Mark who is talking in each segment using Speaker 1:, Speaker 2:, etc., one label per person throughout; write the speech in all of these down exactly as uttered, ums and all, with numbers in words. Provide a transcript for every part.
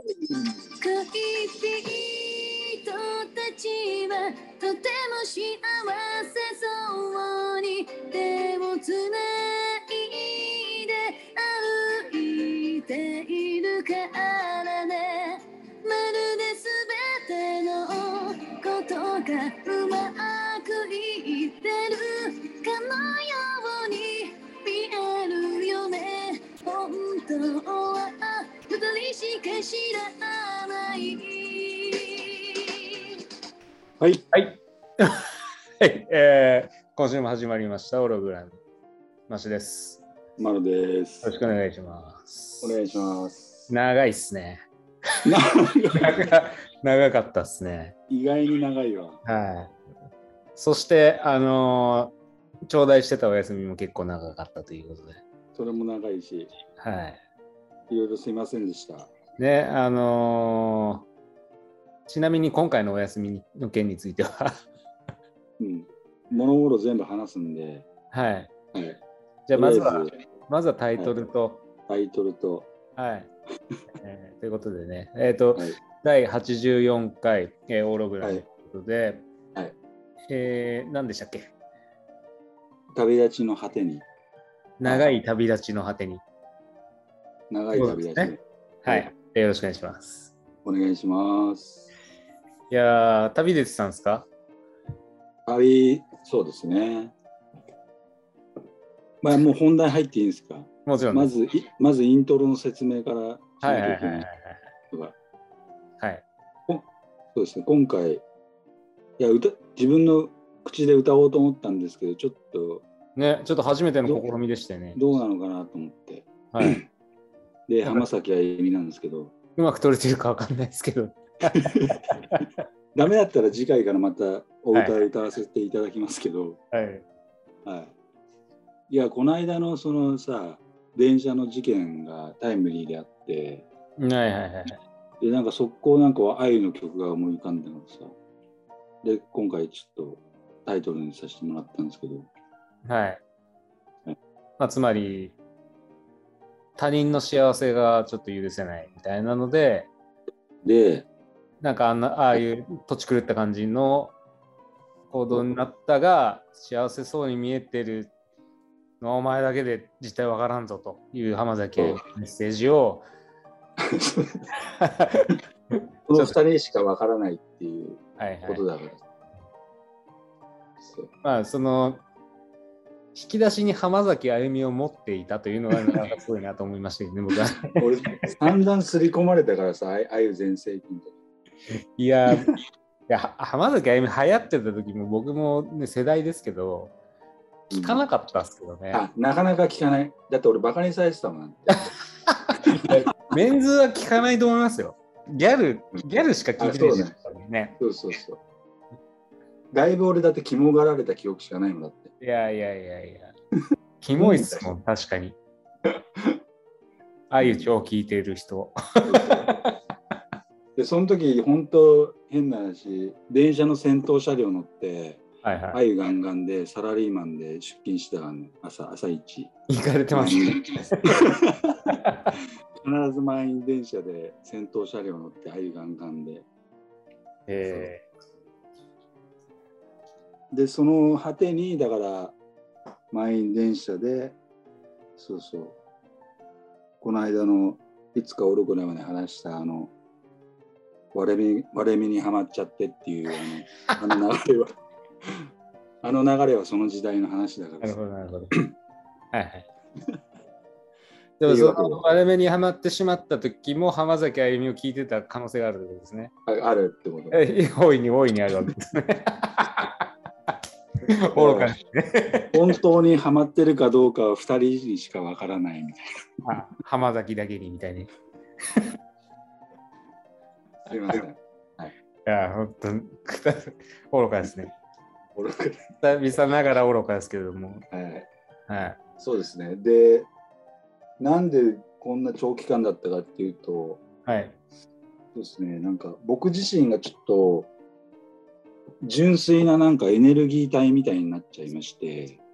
Speaker 1: 人たちはとても幸せそうに手をつないで歩いているからね。まるで全てのことがうまくいってるかのように見えるよね。本当は二人しか知らない。
Speaker 2: はいはい、はい、えー、今週も始まりましたオログラムマシです。
Speaker 3: マロです。
Speaker 2: よろしくお願いします。
Speaker 3: お願いします。
Speaker 2: 長いっすね。長, 長かったっすね。
Speaker 3: 意外に長いわ。
Speaker 2: はい。そしてあのー、頂戴してたお休みも結構長かったということで。
Speaker 3: それも長いし。
Speaker 2: はい。
Speaker 3: いろいろすいませんでした。
Speaker 2: ね、あのー、ちなみに今回のお休みの件については、
Speaker 3: うん、物事全部話すんで。
Speaker 2: はい。
Speaker 3: はい、
Speaker 2: じゃあまずはまずはタイトルと、
Speaker 3: はい、タイトルと。
Speaker 2: はい。えー、ということでね、えっ、ー、と、はい、だいはちじゅうよんかい、えー、オーログラムということで、はいはい、えー、何でしたっけ？
Speaker 3: 旅立ちの果てに。
Speaker 2: 長い旅立ちの果てに。
Speaker 3: 長い旅立ち、ね。
Speaker 2: はい、よろしくお願いします。
Speaker 3: お願いします。
Speaker 2: いやー、旅出てたんですか？
Speaker 3: 旅、そうですね。まあ、もう本題入っていいんですか？
Speaker 2: もちろん
Speaker 3: まず、まずイントロの説明から
Speaker 2: はいはいはいはいはい。はい。
Speaker 3: そうですね、今回、いや歌自分の口で歌おうと思ったんですけど、ちょっと、
Speaker 2: ね、ちょっと初めての試みでしたよね。
Speaker 3: どうなのかなと思って。
Speaker 2: はい。
Speaker 3: で、浜崎あゆみなんですけど。
Speaker 2: うまく撮れてるかわかんないですけど。
Speaker 3: ダメだったら次回からまたお歌を歌わせていただきますけど。
Speaker 2: はい。
Speaker 3: はい。いや、この間のそのさ、電車の事件がタイムリーであって。
Speaker 2: はいはいはい。
Speaker 3: で、なんか速攻なんかあゆの曲が思い浮かんだのさ。で、今回ちょっとタイトルにさせてもらったんですけど。
Speaker 2: はい。はい、まあ、つまり、他人の幸せがちょっと許せないみたいなので、
Speaker 3: で、
Speaker 2: なんかあんな、ああいう土地狂った感じの行動になったが、幸せそうに見えてるのお前だけで実態わからんぞという浜崎のメッセージを
Speaker 3: このふたりしかわからないっていうことだから。はいはい、
Speaker 2: まあその引き出しに浜崎あゆみを持っていたというのがなかなかすごいなと思いましたけどね、僕は。
Speaker 3: 俺散々刷り込まれたからさ、あゆ全盛期とか。
Speaker 2: いや、いや浜崎あゆみ流行ってた時も僕も、ね、世代ですけど、聞かなかったっすけどね、
Speaker 3: うん。あ、なかなか聞かない。だって俺バカにされてたもん。
Speaker 2: メンズは聞かないと思いますよ。ギャル、ギャルしか聞いてないですからね。
Speaker 3: そうそうそう。だいぶ俺だって肝がられた記憶しかないもんだって。
Speaker 2: いやいやいやいや。キモいっすもん、確かに。ああいう超聞いてる人。
Speaker 3: で、その時、本当変な話、電車の先頭車両乗って、
Speaker 2: はいはい、
Speaker 3: あゆガンガンでサラリーマンで出勤してたからね、朝、朝一。
Speaker 2: 行かれてますね。
Speaker 3: 必ず満員電車で先頭車両乗ってあゆガンガンで。
Speaker 2: え
Speaker 3: ー、で、その果てに、だから満員電車で、そうそう、この間のいつかオログラムで話したあの、割れ目、割れ目にはまっちゃってっていうあの、あの流れは、あの流れはその時代の話だから。
Speaker 2: なるほど、なるほど。はいはい。でもその割れ目にはまってしまった時も浜崎あゆみを聞いてた可能性があるってことですね。
Speaker 3: あ, あるってこと。
Speaker 2: 大いに大いにあるわけですね。愚かですね。
Speaker 3: 本当にはまってるかどうかはふたりにしかわからないみたいな。
Speaker 2: あ、浜崎だけにみたいに。
Speaker 3: すいません。はい、
Speaker 2: いや、本当に愚かですね。
Speaker 3: 愚か。
Speaker 2: 久々ながら愚かですけれども。
Speaker 3: はい。
Speaker 2: はい。
Speaker 3: そうですね。で、なんでこんな長期間だったかっていうと、
Speaker 2: はい。
Speaker 3: そうですね。なんか僕自身がちょっと純粋ななんかエネルギー体みたいになっちゃいまして。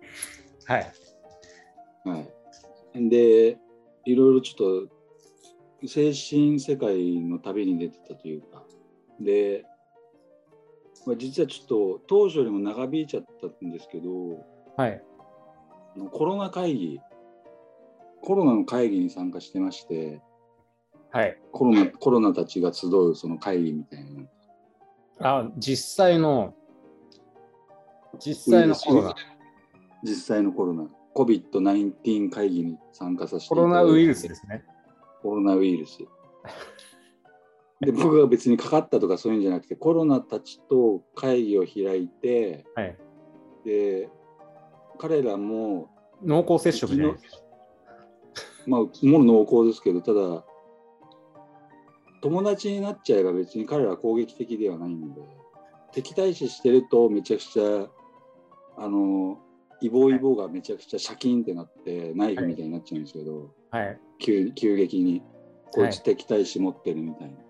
Speaker 2: はい。
Speaker 3: はい。で、いろいろちょっと精神世界の旅に出てたというか、で、まあ、実はちょっと当初よりも長引いちゃったんですけど、
Speaker 2: はい。
Speaker 3: コロナ会議、コロナの会議に参加してまして、
Speaker 2: はい。
Speaker 3: コロナ、コロナたちが集うその会議みたいな。
Speaker 2: あ、実際の、実際
Speaker 3: ウイルス
Speaker 2: のコロナ。
Speaker 3: 実際のコロナ、コビッドナインティーン 会議に参加させて
Speaker 2: コ
Speaker 3: いただいて。
Speaker 2: ロナウイルスですね。
Speaker 3: コロナウイルス。で、僕が別にかかったとかそういうんじゃなくて、コロナたちと会議を開いて、
Speaker 2: はい。
Speaker 3: で、彼らも、
Speaker 2: 濃厚接触じゃないですか。
Speaker 3: まあ、もろ濃厚ですけど、ただ、友達になっちゃえば別に彼らは攻撃的ではないので、敵対視してるとめちゃくちゃ、あの、イボイボがめちゃくちゃシャキンってなって、ナイフみたいになっちゃうんですけど、
Speaker 2: はい。
Speaker 3: 急急激に、こいつ敵対視持ってるみたいな。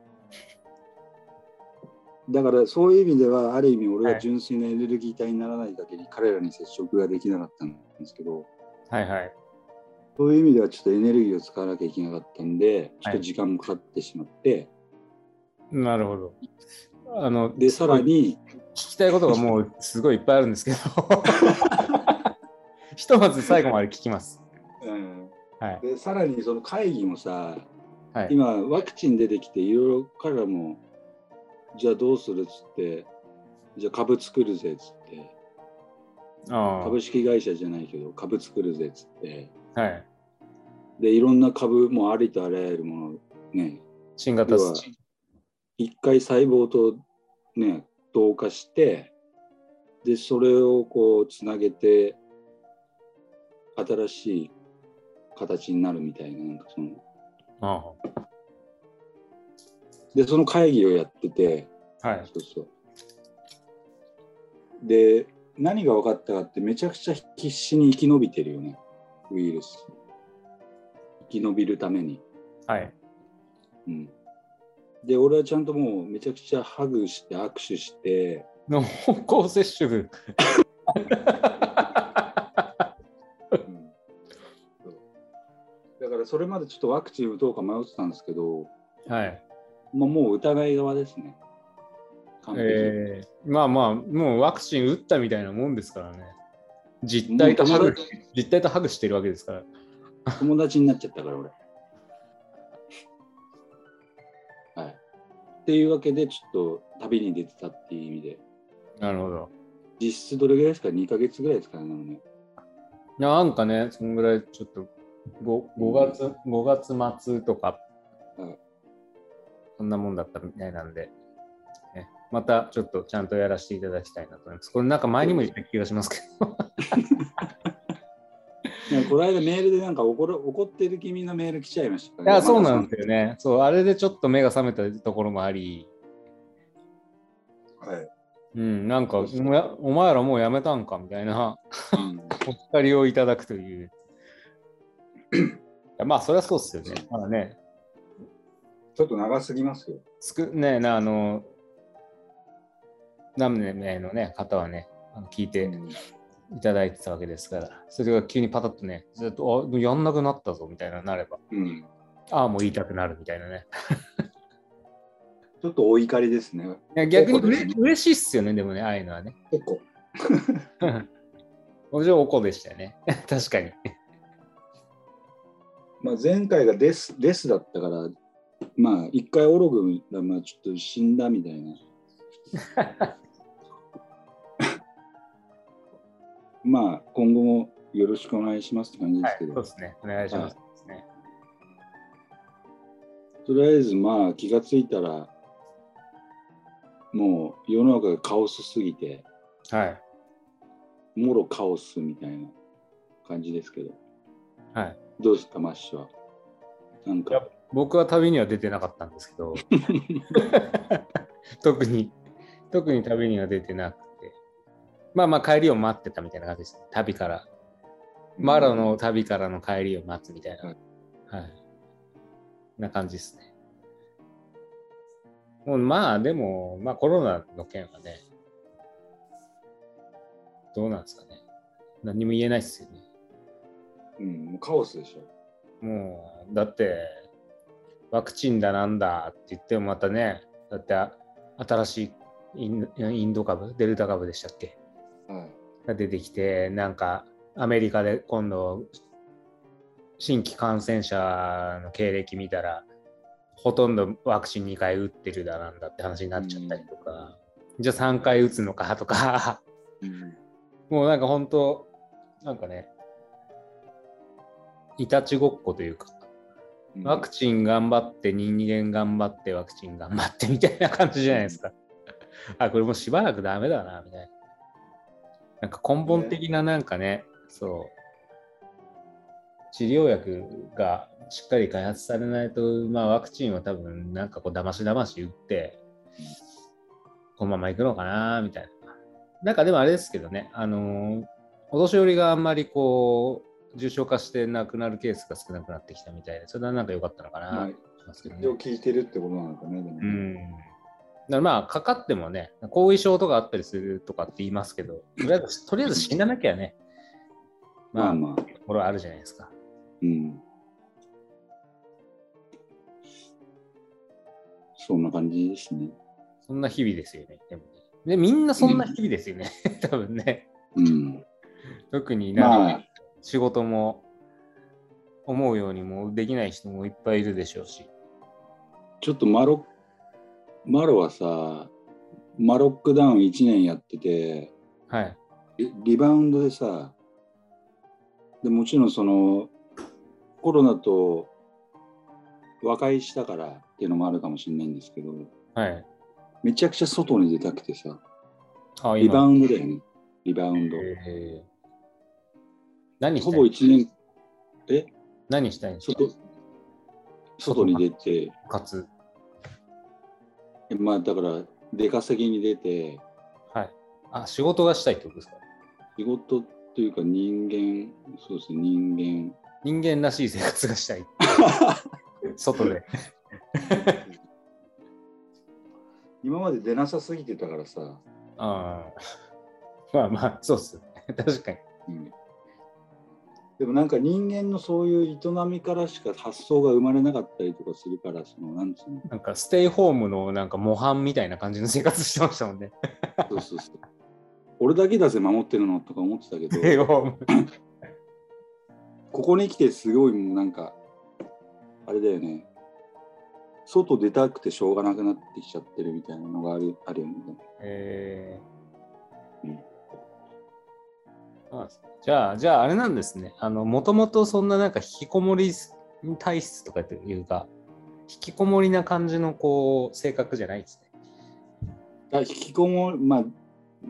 Speaker 3: だからそういう意味では、ある意味俺が純粋なエネルギー体にならないだけに彼らに接触ができなかったんですけど、
Speaker 2: はいはい。
Speaker 3: そういう意味ではちょっとエネルギーを使わなきゃいけなかったんで、ちょっと時間もかかってしまって、
Speaker 2: はい、なるほど。あの
Speaker 3: で、さらに
Speaker 2: 聞きたいことがもうすごいいっぱいあるんですけどひとまず最後まで聞きます。
Speaker 3: うん、
Speaker 2: はい、
Speaker 3: でさらにその会議もさ、
Speaker 2: はい、
Speaker 3: 今ワクチン出てきていろいろ彼らもじゃあどうするっつって、じゃあ株作るぜっつって、
Speaker 2: あ
Speaker 3: 株式会社じゃないけど株作るぜっつって、
Speaker 2: はい、
Speaker 3: でいろんな株もありとあらゆるものね、
Speaker 2: 新型
Speaker 3: 要は一回細胞とね同化して、でそれをこうつなげて新しい形になるみたいな、なんかその
Speaker 2: あ
Speaker 3: でその会議をやってて、
Speaker 2: はい、
Speaker 3: そうそうで何が分かったかって、めちゃくちゃ必死に生き延びてるよね、ウイルス。生き延びるために。
Speaker 2: はい。
Speaker 3: うん、で俺はちゃんともうめちゃくちゃハグして握手して、
Speaker 2: 濃厚接触うん、
Speaker 3: だからそれまでちょっとワクチン打とうか迷ってたんですけど、
Speaker 2: はい、
Speaker 3: まあ、もう疑い側ですね。
Speaker 2: えー、まあまあもうワクチン打ったみたいなもんですからね。実態とハグ実態とハグしてるわけですから。
Speaker 3: 友達になっちゃったから俺。はい。っていうわけでちょっと旅に出てたっていう意味で。
Speaker 2: なるほど。
Speaker 3: 実質どれぐらいですか？にかげつぐらいですかね。
Speaker 2: なんかね、そのぐらいちょっと 5, 5月、ごがつ末とか、はい、そんなもんだったみたいなんで、ね、またちょっとちゃんとやらせていただきたいなと思います。これなんか前にも言った気がしますけど。
Speaker 3: この間メールでなんか怒る怒ってる君のメール来ちゃいました
Speaker 2: ね。いや、そうなんですよね。そう、あれでちょっと目が覚めたところもあり、
Speaker 3: はい。
Speaker 2: うん、なんかお前、お前らもうやめたんかみたいな、うん、お叱りをいただくという。いやまあ、それはそうですよね。まだね。
Speaker 3: ちょっと長すぎますよ。
Speaker 2: つくね、なあの、何名の、ね、方はね、あの聞いていただいてたわけですから、それが急にパタッとね、ずっとあやんなくなったぞみたいななれば、うん、ああ、もう言いたくなるみたいなね。
Speaker 3: ちょっとお怒りですね。
Speaker 2: いや逆にうれ、ね、嬉しいっすよね、でもね、ああいうのはね。
Speaker 3: 結構。
Speaker 2: もちろんおこでしたよね。確かに。
Speaker 3: まあ前回がデス、デスだったから、まあ一回オログがまあちょっと死んだみたいな。まあ今後もよろしくお願いしますって感じですけど。
Speaker 2: はい、そうですね。お願いします、はい、
Speaker 3: とりあえずまあ気がついたら、もう世の中がカオスすぎて、
Speaker 2: はい、
Speaker 3: もろカオスみたいな感じですけど。
Speaker 2: はい、
Speaker 3: どうですか、マッシュは。なんか
Speaker 2: 僕は旅には出てなかったんですけど、特に、特に旅には出てなくて、まあまあ帰りを待ってたみたいな感じです。旅から。マロの旅からの帰りを待つみたいな。はい。はい、な感じですね。もうまあでも、まあコロナの件はね、どうなんですかね。何も言えないっすよね。
Speaker 3: うん、もうカオスでしょ。
Speaker 2: もう、だって、 ワクチンだなんだって言ってもまたね、だって新しいインインド株、デルタ株でしたっけ、
Speaker 3: はい、
Speaker 2: が出てきて、なんかアメリカで今度新規感染者の経歴見たらほとんどワクチンにかい打ってるだなんだって話になっちゃったりとか、うん、じゃあさんかい打つのかとか、うん、もうなんか本当なんかね、いたちごっこというか、うん、ワクチン頑張って人間頑張ってワクチン頑張ってみたいな感じじゃないですか、うん、あ、これもうしばらくダメだなみたいな、なんか根本的ななんかね、ね、そう治療薬がしっかり開発されないと、まあワクチンは多分なんかこうだましだまし打ってこのままいくのかなみたいな。なんかでもあれですけどね、あのお年寄りがあんまりこう重症化して亡くなるケースが少なくなってきたみたいで、それはなんか良かったのかなと思いますけどね。
Speaker 3: 聞いてるってことなのかね。でもね、
Speaker 2: うん。だからまあかかってもね、後遺症とかあったりするとかって言いますけど、とりあえずとりあえず死ななきゃね、まあまあところはあるじゃないですか。
Speaker 3: うん。そんな感じですね。
Speaker 2: そんな日々ですよね。でもね、でみんなそんな日々ですよね。うん、多分ね。
Speaker 3: うん。
Speaker 2: 特になんか仕事も思うようにもできない人もいっぱいいるでしょうし。
Speaker 3: ちょっとマロ、マロはさ、マロックダウンいちねんやってて、
Speaker 2: はい、
Speaker 3: リ, リバウンドでさ、でもちろんそのコロナと和解したからっていうのもあるかもしれないんですけど、
Speaker 2: はい、
Speaker 3: めちゃくちゃ外に出たくてさ、
Speaker 2: あ、
Speaker 3: リバウンドだよね、リバウンド。
Speaker 2: えー、何したい
Speaker 3: ほぼいちねん、え
Speaker 2: 何したいんですか？
Speaker 3: 外に出て、
Speaker 2: かつ。
Speaker 3: まあだから出稼ぎに出て、
Speaker 2: はい。あ、仕事がしたいってことですか？
Speaker 3: 仕事っていうか人間、そうですね、人間。
Speaker 2: 人間らしい生活がしたい。外で。
Speaker 3: 今まで出なさすぎてたからさ。
Speaker 2: ああ。まあまあ、そうっすね。確かに、
Speaker 3: うん。でもなんか人間のそういう営みからしか発想が生まれなかったりとかするから、そのなんつうの。
Speaker 2: なんかステイホームのなんか模範みたいな感じの生活してましたもんね。
Speaker 3: そうそうそう。俺だけだぜ守ってるのとか思ってたけど、
Speaker 2: ステイホーム
Speaker 3: ここに来てすごいもうなんかあれだよね。外出たくてしょうがなくなってきちゃってるみたいなのがある、あるよね。
Speaker 2: えー
Speaker 3: うん
Speaker 2: あ、じゃあ、じゃああれなんですね。あの、もともとそんななんか引きこもり体質とかというか、引きこもりな感じのこう性格じゃないですね。
Speaker 3: あ、引きこもり、まあ、うん。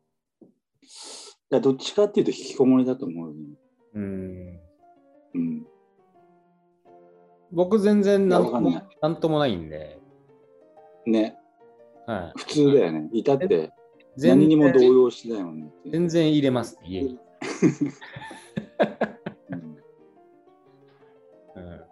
Speaker 3: だどっちかっていうと引きこもりだと思う、ね。
Speaker 2: うん。
Speaker 3: うん。
Speaker 2: 僕全然なんとも、
Speaker 3: わかんない。
Speaker 2: なんともないんで。
Speaker 3: ね。
Speaker 2: はい。
Speaker 3: 普通だよね。いたって
Speaker 2: 全然
Speaker 3: 何にも動揺してないもんね。
Speaker 2: 全然入れます、家に。
Speaker 3: うん
Speaker 2: うん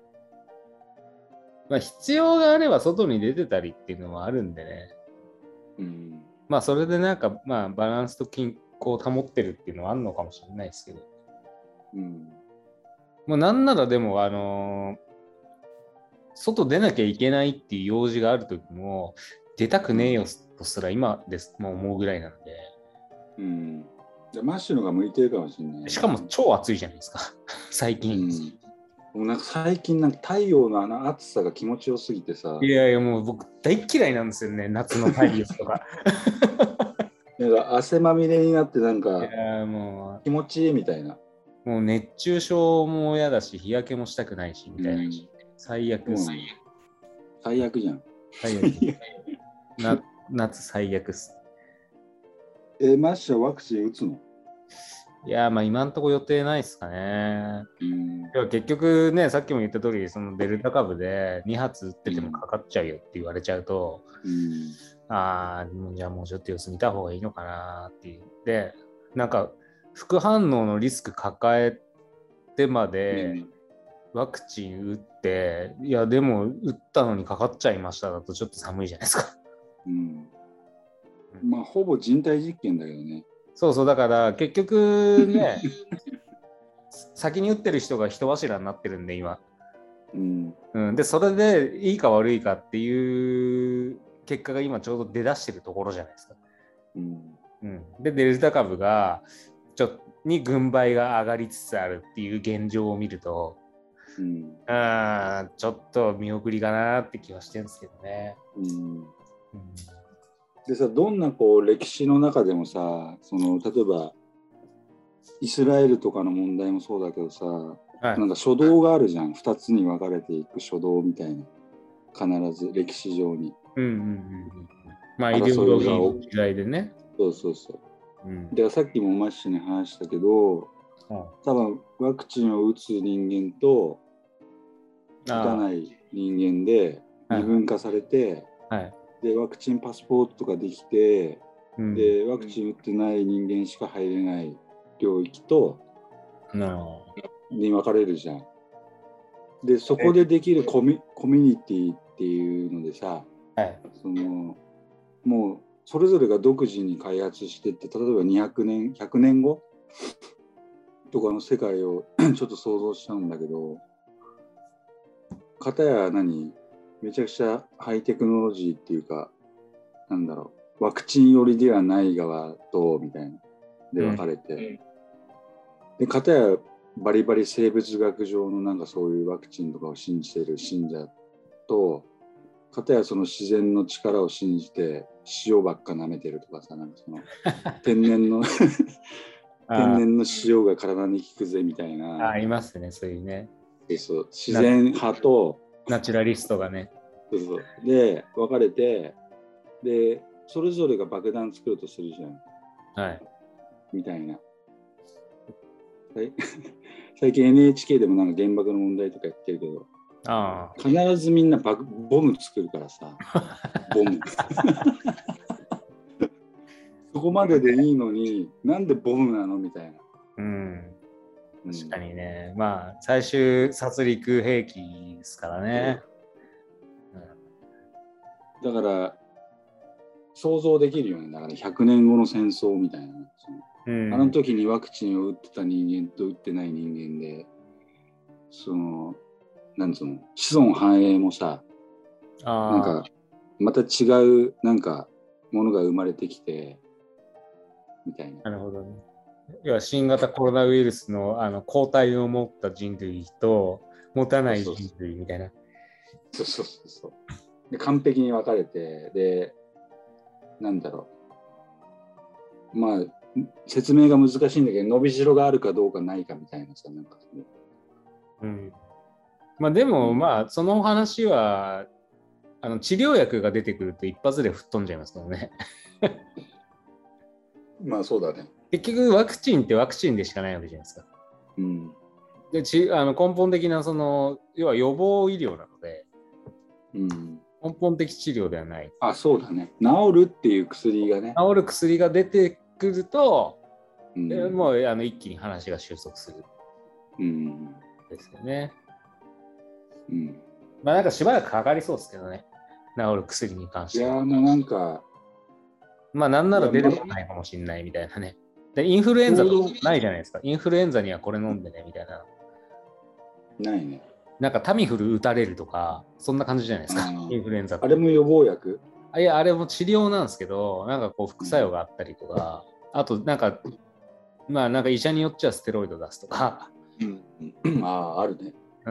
Speaker 2: まあ、必要があれば外に出てたりっていうのはあるんでね。
Speaker 3: うん、
Speaker 2: まあそれでなんかまあバランスと均衡を保ってるっていうのはあるのかもしれないですけど。
Speaker 3: うん、
Speaker 2: もうなんならでもあのー、外出なきゃいけないっていう用事があるときも出たくねえよとすら今ですもう思うぐらいなので。
Speaker 3: うん。じゃマッシュのが向いてるかもしれない。
Speaker 2: しかも超暑いじゃないですか最近。
Speaker 3: うんもうなんか最近なんか太陽のあの暑さが気持ちよすぎてさ。
Speaker 2: いやいやもう僕大嫌いなんですよね、夏の太陽とか。
Speaker 3: なんか汗まみれになってなんか
Speaker 2: いやも
Speaker 3: 気持ちいいみたいな。
Speaker 2: う、もう熱中症も嫌だし日焼けもしたくないしみたいな。うん、最悪、
Speaker 3: 最悪。最悪じゃん。
Speaker 2: 最悪な夏最悪っす。
Speaker 3: え、マッシュはワクチン打つの？
Speaker 2: いやまあ今んとこ予定ないですかね。
Speaker 3: うん、
Speaker 2: では結局ね、さっきも言った通り、そのデルタ株でに発打っててもかかっちゃうよって言われちゃうと、うん、ああ、じゃあもうちょっと様子見た方がいいのかなっていう。で、なんか副反応のリスク抱えてまでワクチン打って、うん、いやでも打ったのにかかっちゃいましただとちょっと寒いじゃないですか。
Speaker 3: うん、まあほぼ人体実験だけどね。
Speaker 2: そうそう、だから結局ね、先に打ってる人が人柱になってるんで今。
Speaker 3: うん
Speaker 2: うん、でそれでいいか悪いかっていう結果が今ちょうど出だしてるところじゃないですか。
Speaker 3: うん
Speaker 2: うん、でデルタ株がちょっとに軍配が上がりつつあるっていう現状を見ると、
Speaker 3: うん
Speaker 2: うんちょっと見送りかなって気はしてるんですけどね。
Speaker 3: うん
Speaker 2: うん
Speaker 3: でさ、どんなこう歴史の中でもさ、その例えばイスラエルとかの問題もそうだけどさ、
Speaker 2: はい
Speaker 3: なんか初動があるじゃん。ふたつに分かれていく初動みたいな。必ず歴史上に。
Speaker 2: うんうんうんうんまあイデオロギーの違いでね。
Speaker 3: そうそうそう。
Speaker 2: うん
Speaker 3: でさっきもマッシュに話したけど、多分ワクチンを打つ人間と打たない人間で二分化されて、
Speaker 2: はいはい、
Speaker 3: でワクチンパスポートとかできて、
Speaker 2: うん、
Speaker 3: でワクチン打ってない人間しか入れない領域と、
Speaker 2: うん、
Speaker 3: に分かれるじゃん。でそこでできるコミ、コミュニティっていうのでさ、
Speaker 2: はい、
Speaker 3: そのもうそれぞれが独自に開発してって、例えばにひゃくねんひゃくねんごとかの世界をちょっと想像しちゃうんだけど、片や何めちゃくちゃハイテクノロジーっていうか、なんだろう、ワクチン寄りではない側とみたいなで分かれて、うん、で片やバリバリ生物学上のなんかそういうワクチンとかを信じてる信者と、片やその自然の力を信じて塩ばっか舐めてるとかさ、なんかその天然の天然の塩が体に効くぜみたいな。
Speaker 2: あ、いますね、そういうね。
Speaker 3: そうそう、自然派と
Speaker 2: ナチュラリストがね。
Speaker 3: そうそうで分かれて、でそれぞれが爆弾作るとするじゃん。
Speaker 2: はい。
Speaker 3: みたいな。最近 エヌエイチケー でもなんか原爆の問題とかやってるけど、
Speaker 2: あ
Speaker 3: 必ずみんな爆ボム作るからさ、ボム。そこまででいいのになんでボムなのみたいな。
Speaker 2: うん。確かにね。うん、まあ最終殺戮兵器ですからね。
Speaker 3: うん、だから想像できるよね。だからひゃくねんごの戦争みたいな。うん、あの時にワクチンを打ってた人間と打ってない人間で、そのなんつうの、子孫繁栄もさ、あなんかまた違うなんかものが生まれてきてみたいな。
Speaker 2: なるほどね。要は新型コロナウイルスの、あの抗体を持った人類と持たない人類みたいな。
Speaker 3: そうそうそうそう。で完璧に分かれて、でなんだろう、まあ説明が難しいんだけど、伸びしろがあるかどうかないかみたいなさ、なんか、ね、
Speaker 2: うん。まあでもまあその話はあの治療薬が出てくると一発で吹っ飛んじゃいますからね。
Speaker 3: まあそうだね。
Speaker 2: 結局ワクチンってワクチンでしかないわけじゃないですか。
Speaker 3: うん、
Speaker 2: でちあの根本的なその要は予防医療なので、
Speaker 3: うん、
Speaker 2: 根本的治療ではない。
Speaker 3: あ、そうだね。治るっていう薬がね。
Speaker 2: 治る薬が出てくると、うん、もうあの一気に話が収束する。うん、ですよね。うん。まあなんかしばらくかかりそうですけどね。治る薬に関しては。
Speaker 3: いやもうなんか。
Speaker 2: まあなんなら出てこないかもしれないみたいなね。でインフルエンザとかないじゃないですか。インフルエンザにはこれ飲んでねみたいな。
Speaker 3: ないね。
Speaker 2: なんかタミフル打たれるとか、そんな感じじゃないですか。インフルエンザって。
Speaker 3: あれも予防薬？
Speaker 2: あ、いや、あれも治療なんですけど、なんかこう副作用があったりとか、うん、あとなんか、まあなんか医者によっちゃステロイド出すとか。
Speaker 3: うん、ああ、あるね。
Speaker 2: うん。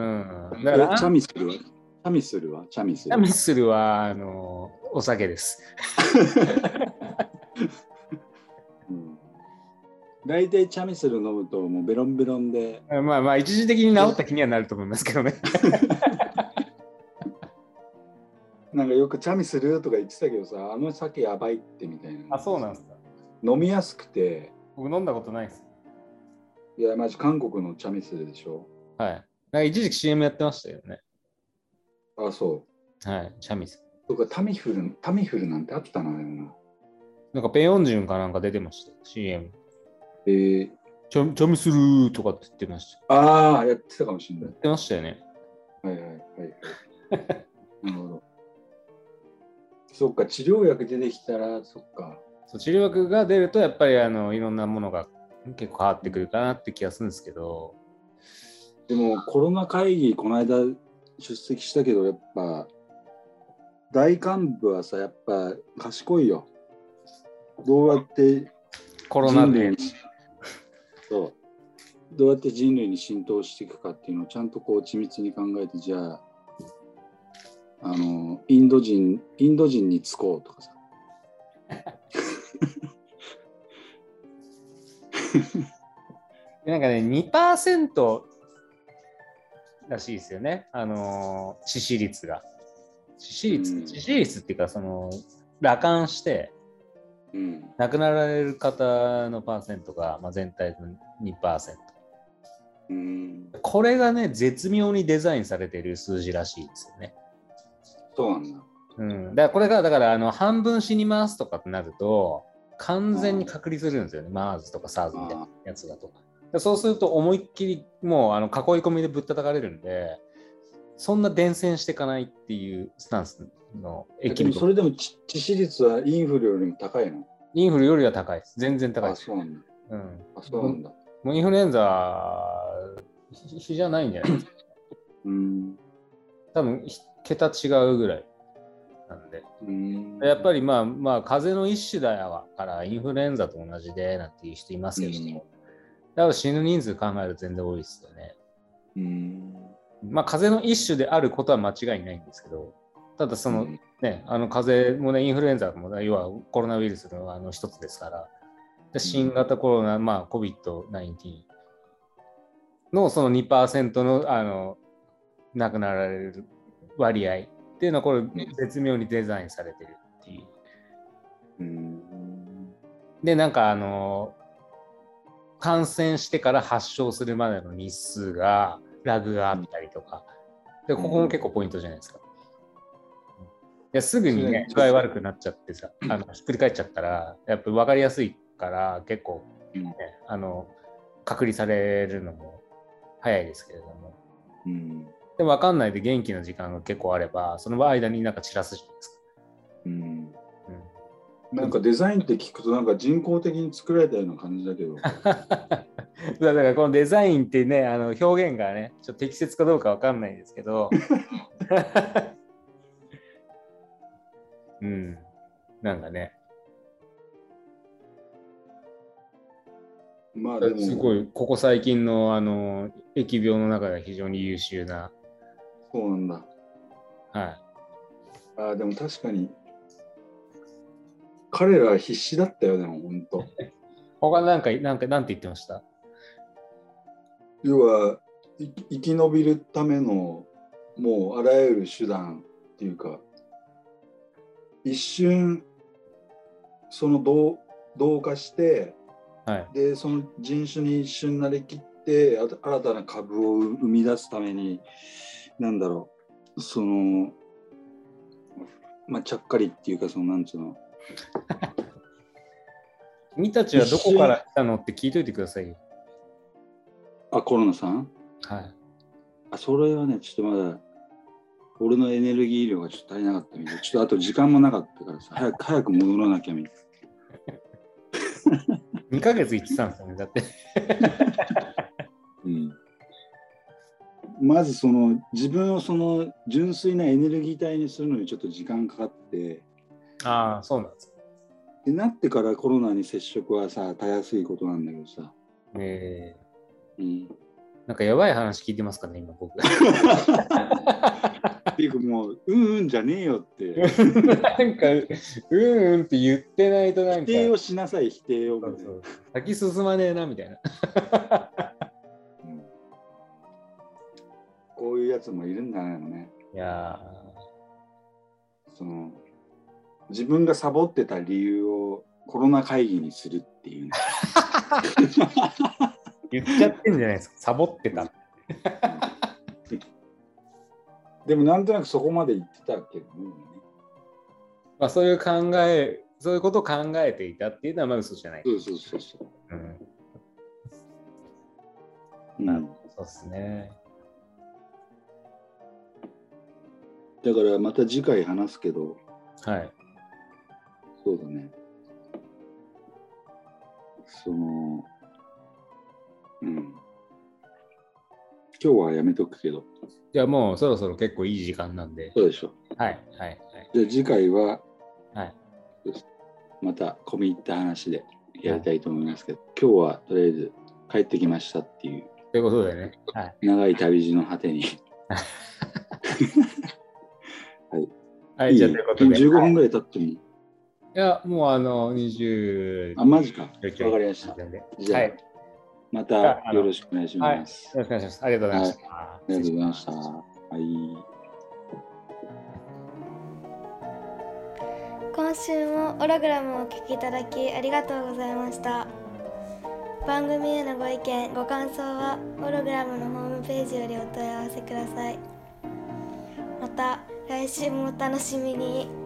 Speaker 3: だからチャミスルはチャミスルはチャミスル。
Speaker 2: チャミスルは、あの、お酒です。
Speaker 3: 大体チャミスル飲むともうベロンベロンで。
Speaker 2: まあまあ一時的に治った気にはなると思いますけどね。
Speaker 3: なんかよくチャミスルとか言ってたけどさ、あの酒やばいってみたいな。
Speaker 2: あ、そうなんですか。
Speaker 3: 飲みやすくて。
Speaker 2: 僕飲んだことないです。
Speaker 3: いや、マジ韓国のチャミスルでしょ。
Speaker 2: はい。なんか一時期 シーエム やってましたよね。
Speaker 3: あ、そう。
Speaker 2: はい、チャミスル。
Speaker 3: とかタミフル、タミフルなんてあったな。
Speaker 2: なんかペヨンジュンかなんか出てました、シーエム。
Speaker 3: えー、
Speaker 2: チャ、チャミスルーとかって言ってました。
Speaker 3: ああ、やってたかもしれない。
Speaker 2: やってましたよね。
Speaker 3: はいはいはいはい。なるほど。そっか、治療薬出てきたら、そっか。
Speaker 2: そう治療薬が出ると、やっぱりあのいろんなものが結構変わってくるかなって気がするんですけど。
Speaker 3: でも、コロナ会議、この間出席したけど、やっぱ大幹部はさ、やっぱ賢いよ。どうやって
Speaker 2: コロナで
Speaker 3: 人類にそうどうやって人類に浸透していくかっていうのをちゃんとこう緻密に考えて、じゃああのインド人インド人につこうとかさ
Speaker 2: なんかね、にパーセントらしいですよね。あのー、致死率が。致死率、
Speaker 3: うん
Speaker 2: 致死率っていうか、その、羅漢して、
Speaker 3: うん、
Speaker 2: 亡くなられる方のパーセントが、まあ、全体のにパーセント。
Speaker 3: うん、
Speaker 2: これがね、絶妙にデザインされている数字らしいですよね。
Speaker 3: そうなんだ。
Speaker 2: うん。だからこれが、だからあの半分死にますとかってなると、完全に隔離するんですよね。MERS とか SARS みたいなやつだと。そうすると思いっきりもうあの囲い込みでぶったたかれるんで、そんな伝染していかないっていうスタンスの
Speaker 3: でもそれでも致死率はインフルよりも高いの？
Speaker 2: インフルよりは高いです。全然高い
Speaker 3: あ、
Speaker 2: です。
Speaker 3: そうなんだ。
Speaker 2: うん。
Speaker 3: あ、そうなんだ。
Speaker 2: もうインフルエンザ比じゃないんじゃないですか。
Speaker 3: うん。
Speaker 2: 多分桁違うぐらいなんで。
Speaker 3: うん。
Speaker 2: やっぱりまあまあ風邪の一種だよからインフルエンザと同じでなんていう人いますけど、うん、だから死ぬ人数考えると全然多いですよね。
Speaker 3: うん。
Speaker 2: まあ風邪の一種であることは間違いないんですけど、ただその、うん、ね、あの風邪もね、インフルエンザも、ね、要はコロナウイルスのあの一つですから、で新型コロナ、まあ コビッドナインティーン のその にパーセント の、あの亡くなられる割合っていうのはこれ絶妙にデザインされてるっていう。うん、でなんかあの感染してから発症するまでの日数がラグがあったりとか、でここも結構ポイントじゃないですか。いやすぐにね具合悪くなっちゃってさ、あのひっくり返っちゃったらやっぱ分かりやすいから結構、ね、あの隔離されるのも早いですけれども、うん、で分かんないで元気な時間が結構あればその間になんか散らすじゃないですか。うん
Speaker 3: うん、なんかデザインって聞くとなんか人工的に作られたような感じだけど
Speaker 2: だからこのデザインってねあの表現がねちょっと適切かどうか分かんないんですけどうんなんかね
Speaker 3: まあでも
Speaker 2: すごいここ最近のあの疫病の中では非常に優秀な。
Speaker 3: そうなんだ。
Speaker 2: はい。
Speaker 3: あでも確かに彼らは必死だったよね、本当。
Speaker 2: 他なんかなんかなんて言ってました？
Speaker 3: 要は生き延びるためのもうあらゆる手段っていうか、一瞬その同同化して、はい、でその人種に一瞬なりきって新たな株を生み出すためになんだろうそのまあちゃっかりっていうかそのなんつうの
Speaker 2: 君たちはどこから来たのって聞いといてくださいよ。
Speaker 3: あ、コロナさん？
Speaker 2: はい。
Speaker 3: あ、それはね、ちょっとまだ、俺のエネルギー量がちょっと足りなかったみたいで、ちょっとあと時間もなかったからさ、早く早く戻らなきゃみたい
Speaker 2: な。にかげつ行ってたんですよね、だって。
Speaker 3: うん、まずその、自分をその純粋なエネルギー体にするのにちょっと時間かかって、
Speaker 2: ああ、そうなんですか。
Speaker 3: でなってからコロナに接触はさ、たやすいことなんだけどさ。
Speaker 2: え
Speaker 3: ーうん、
Speaker 2: なんかやばい話聞いてますかね、今僕。
Speaker 3: っていうかもう、うんうんじゃねえよって。
Speaker 2: なんか、うんうんって言ってないとなんか。
Speaker 3: 否定をしなさい、否定を。
Speaker 2: そうそう。先進まねえな、みたいな、
Speaker 3: うん。こういうやつもいるんじゃないのね。
Speaker 2: いや
Speaker 3: その自分がサボってた理由をコロナ会議にするっていう、ね、
Speaker 2: 言っちゃってんじゃないですか、サボってた。
Speaker 3: でもなんとなくそこまで言ってたけどね。
Speaker 2: まあそういう考え、そういうことを考えていたっていうのはまあ嘘じゃない。
Speaker 3: そうそうそうそう。
Speaker 2: うん。うん、そうですね。
Speaker 3: だからまた次回話すけど。
Speaker 2: はい。
Speaker 3: そうだね。その、うん。 今日はやめとくけど。
Speaker 2: じゃあもうそろそろ結構いい時間なんで。
Speaker 3: そうでしょ。
Speaker 2: はいはいはい。
Speaker 3: じゃあ次回は、
Speaker 2: はい、
Speaker 3: また込み入った話でやりたいと思いますけど、はい、今日はとりあえず帰ってきましたっていう。
Speaker 2: ということでね。はい、
Speaker 3: 長い旅路の果てに。はい。
Speaker 2: はい、いいじゃあということで。
Speaker 3: じゅうごふんぐらい経ってもいい？
Speaker 2: いや、もうあの、にじゅう。
Speaker 3: あ、マジか。わかりました。じゃあ、はい、またよろしくお願いします、
Speaker 2: はい。よろしくお願いします。ありがとうございました。
Speaker 3: はい、ありがとうございました。はい。
Speaker 4: 今週もオログラムをお聞きいただきありがとうございました。番組へのご意見、ご感想はオログラムのホームページよりお問い合わせください。また来週もお楽しみに。